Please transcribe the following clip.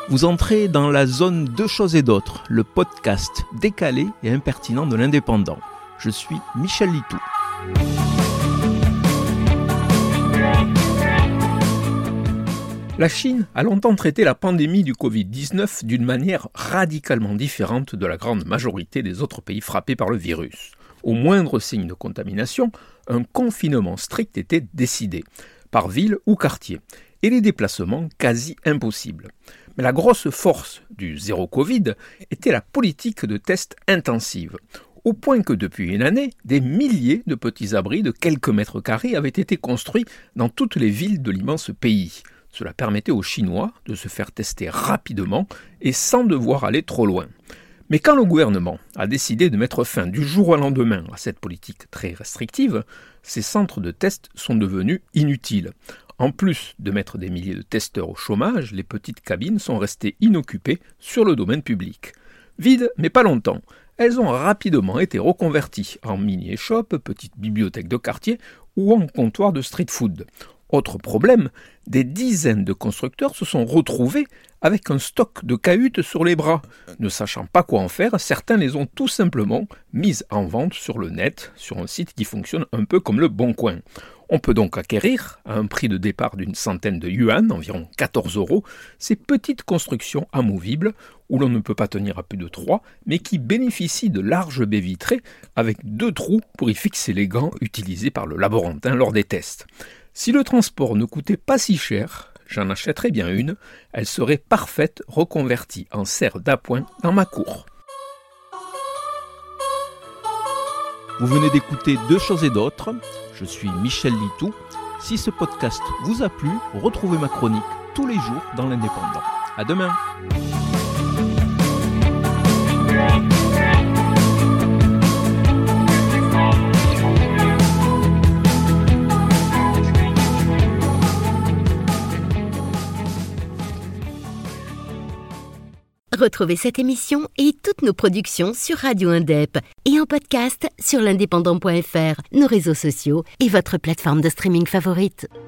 Vous entrez dans la zone Deux choses et d'autres, le podcast décalé et impertinent de l'Indépendant. Je suis Michel Litou. La Chine a longtemps traité la pandémie du Covid-19 d'une manière radicalement différente de la grande majorité des autres pays frappés par le virus. Au moindre signe de contamination, un confinement strict était décidé, par ville ou quartier, et les déplacements quasi impossibles. Mais la grosse force du zéro Covid était la politique de tests intensive, au point que depuis une année, des milliers de petits abris de quelques mètres carrés avaient été construits dans toutes les villes de l'immense pays. Cela permettait aux Chinois de se faire tester rapidement et sans devoir aller trop loin. Mais quand le gouvernement a décidé de mettre fin du jour au lendemain à cette politique très restrictive, ces centres de tests sont devenus inutiles. En plus de mettre des milliers de testeurs au chômage, les petites cabines sont restées inoccupées sur le domaine public. Vides, mais pas longtemps. Elles ont rapidement été reconverties en mini-échoppes, petites bibliothèques de quartier ou en comptoirs de street food. Autre problème, des dizaines de constructeurs se sont retrouvés avec un stock de cahutes sur les bras. Ne sachant pas quoi en faire, certains les ont tout simplement mises en vente sur le net, sur un site qui fonctionne un peu comme le Bon Coin. On peut donc acquérir, à un prix de départ d'une centaine de yuan, environ 14 €, ces petites constructions amovibles où l'on ne peut pas tenir à plus de 3, mais qui bénéficient de larges baies vitrées avec 2 trous pour y fixer les gants utilisés par le laborantin lors des tests. Si le transport ne coûtait pas si cher, j'en achèterais bien une, elle serait parfaite reconvertie en serre d'appoint dans ma cour. Vous venez d'écouter Deux choses et d'autres. Je suis Michel Litou. Si ce podcast vous a plu, retrouvez ma chronique tous les jours dans l'Indépendant. À demain. Retrouvez cette émission et toutes nos productions sur Radio Indep et en podcast sur l'indépendant.fr, nos réseaux sociaux et votre plateforme de streaming favorite.